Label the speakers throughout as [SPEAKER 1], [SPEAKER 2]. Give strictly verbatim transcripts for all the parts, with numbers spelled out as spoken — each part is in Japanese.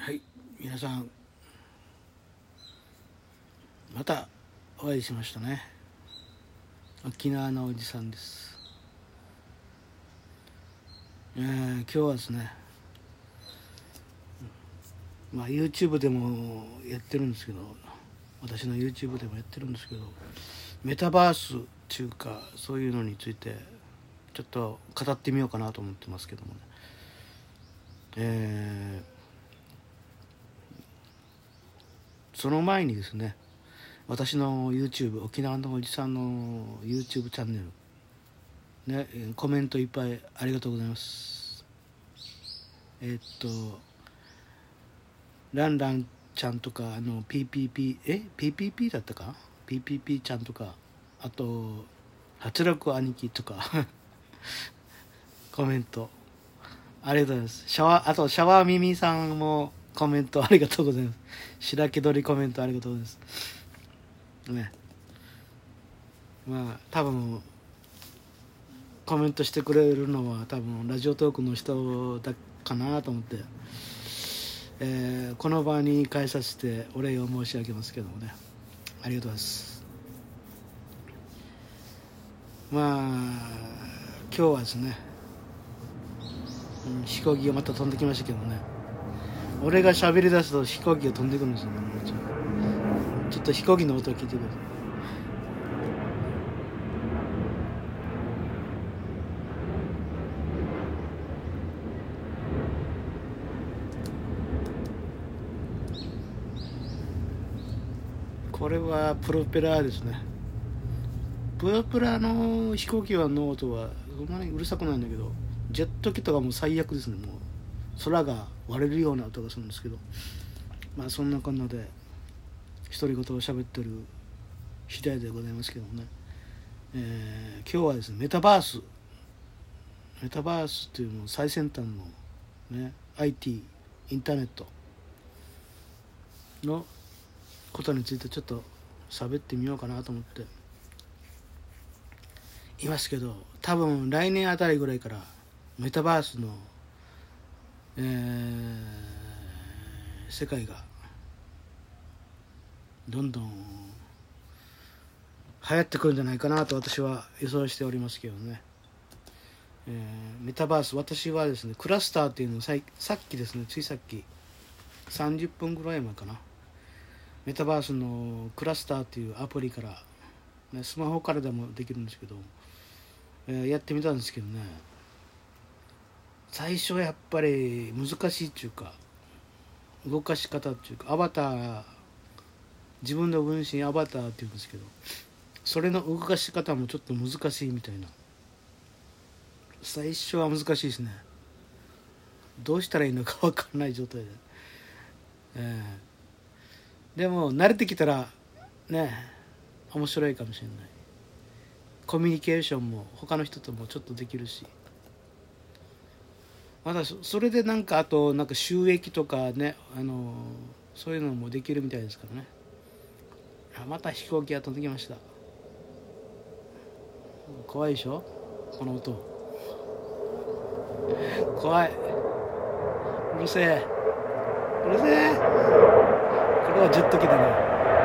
[SPEAKER 1] はい、皆さんまたお会いしましたね。沖縄のおじさんです。えー、今日はですね、まあ YouTube でもやってるんですけど、私の YouTube でもやってるんですけど、メタバースっていうかそういうのについてちょっと語ってみようかなと思ってますけどもね。えーその前にですね、私の YouTube、沖縄のおじさんの YouTube チャンネルね、コメントいっぱいありがとうございます。えー、っとランランちゃんとか、あの ピーピーピー え ピーピーピー だったか ピーピーピー ちゃんとか、あと発力兄貴とかコメントありがとうございます。シャワーあとシャワーミミさんもコメントありがとうございます。白毛鳥コメントありがとうございますね。まあ多分コメントしてくれるのは多分ラジオトークの人だかなと思って、えー、この場に返させてお礼を申し上げますけどもね、ありがとうございます。まあ今日はですね、うん、飛行機がまた飛んできましたけどね、俺が喋り出すと飛行機が飛んでくるんですよね。ちょっと飛行機の音を聞いてください。これはプロペラですね。プロペラの飛行機の音はそんなにうるさくないんだけど、ジェット機とかも最悪ですね。もう空が割れるような音がするんですけど、まあそんなこんなで独り言を喋ってる次第でございますけどもね、えー、今日はですね、メタバースメタバースっていうの最先端のね アイティー インターネットのことについてちょっと喋ってみようかなと思っていますけど、多分来年あたりぐらいからメタバースの、えー、世界がどんどん流行ってくるんじゃないかなと私は予想しておりますけどね。えー、メタバース、私はですね、クラスターっていうのをささっきですね、ついさっきさんじゅっぷんぐらい前かな、メタバースのクラスターっていうアプリから、ね、スマホからでもできるんですけど、えー、やってみたんですけどね、最初はやっぱり難しいっていうか、動かし方っていうか、アバター、自分の分身アバターっていうんですけど、それの動かし方もちょっと難しいみたいな。最初は難しいですね。どうしたらいいのか分からない状態で、えー、でも慣れてきたらね、面白いかもしれない。コミュニケーションも他の人ともちょっとできるし、まだそれでなんかあとなんか収益とかね、あのそういうのもできるみたいですからね。あ、また飛行機が飛んできました。怖いでしょこの音。怖い。うるせえうるせえ。これはジェット機だね。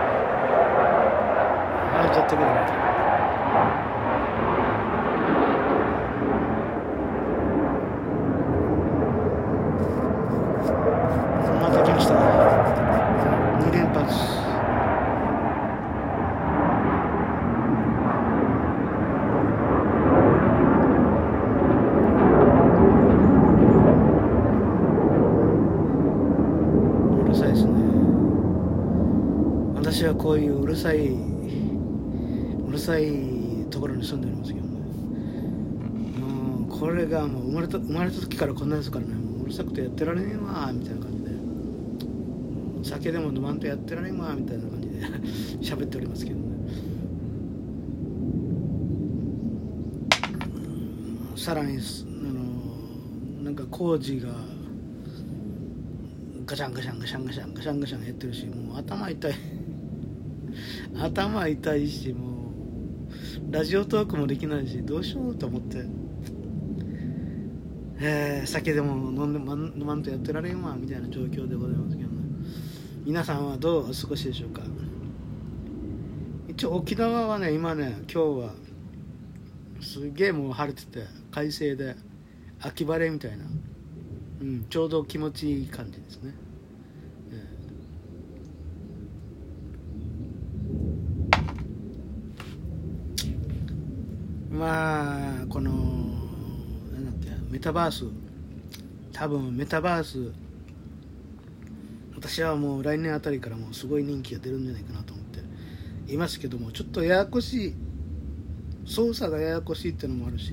[SPEAKER 1] あ、ジェット機だね。また来ました。に連発。うるさいですね。私はこういううるさいうるさいところに住んでおりますけどね、もうこれがもう生まれた生まれた時からこんなですからね、もううるさくてやってられねえわみたいな感じで、酒でも飲まんとやってられんわみたいな感じで喋っておりますけどね。さらにあのなんか工事がガシャンガシャンガシャンガシャンガシャンガシャンやってるし、もう頭痛い頭痛いし、もうラジオトークもできないし、どうしようと思って、 えー、酒でも飲んでも飲まんとやってられんわみたいな状況でございますけどね。皆さんはどうお過ごしでしょうか。一応沖縄はね今ね今日はすげえもう晴れてて快晴で秋晴れみたいな、うん、ちょうど気持ちいい感じですね、えー、まあこのなんだっけメタバース、多分メタバース私はもう来年あたりからもうすごい人気が出るんじゃないかなと思っていますけども、ちょっとややこしい操作がややこしいっていうのもあるし、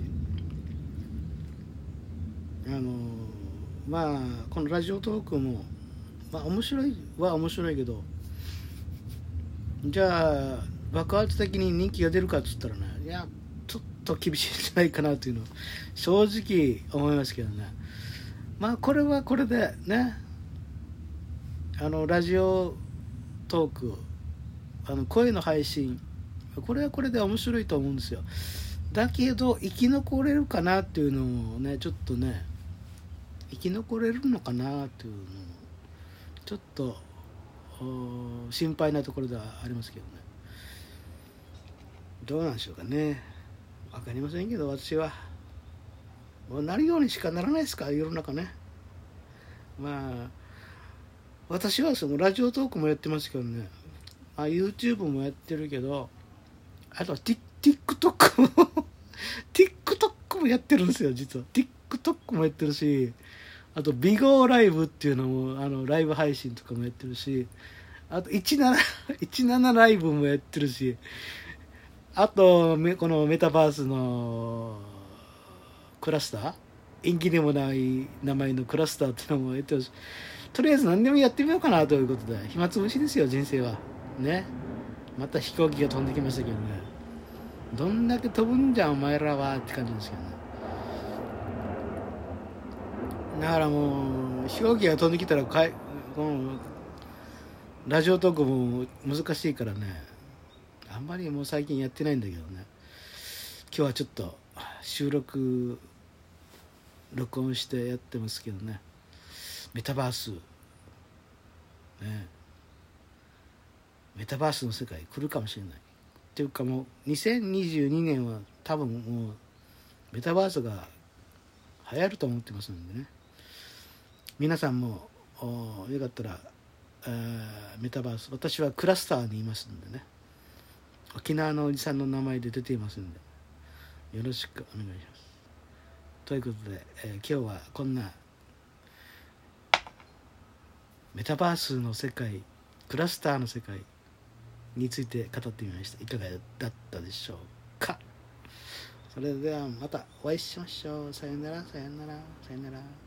[SPEAKER 1] あのまあこのラジオトークもまあ面白いは面白いけど、じゃあ爆発的に人気が出るかっつったらね、いやちょっと厳しいんじゃないかなというのを正直思いますけどね。まあこれはこれでね、あのラジオトーク、あの声の配信、これはこれで面白いと思うんですよ。だけど生き残れるかなっていうのもね、ちょっとね生き残れるのかなっていうのもちょっと心配なところではありますけどね。どうなんでしょうかね、分かりませんけど、私はもうなるようにしかならないですか、世の中ね。まあ私はそのラジオトークもやってますけどね、まあ、YouTube もやってるけど、あとは TikTok もTikTok もやってるんですよ実は。 TikTok もやってるし、あとビゴーライブっていうのもあのライブ配信とかもやってるし、あとじゅうなな、じゅうななライブもやってるし、あとこのメタバースのクラスター、縁起でもない名前のクラスターっていうのもやってるし、とりあえず何でもやってみようかなということで、暇つぶしですよ人生はね。また飛行機が飛んできましたけどね、どんだけ飛ぶんじゃお前らはって感じですけどね。だからもう飛行機が飛んできたらかいこのラジオトークも難しいからね、あんまりもう最近やってないんだけどね。今日はちょっと収録録音してやってますけどね。メタバースね、メタバースの世界来るかもしれないっていうか、もうにせんにじゅうにねんは多分もうメタバースが流行ると思ってますんでね、皆さんもよかったらメタバース、私はクラスターにいますんでね、沖縄のおじさんの名前で出ていますんでよろしくお願いします。ということで、えー、今日はこんなメタバースの世界、クラスターの世界について語ってみました。いかがだったでしょうか。それではまたお会いしましょう。さよならさよならさよなら。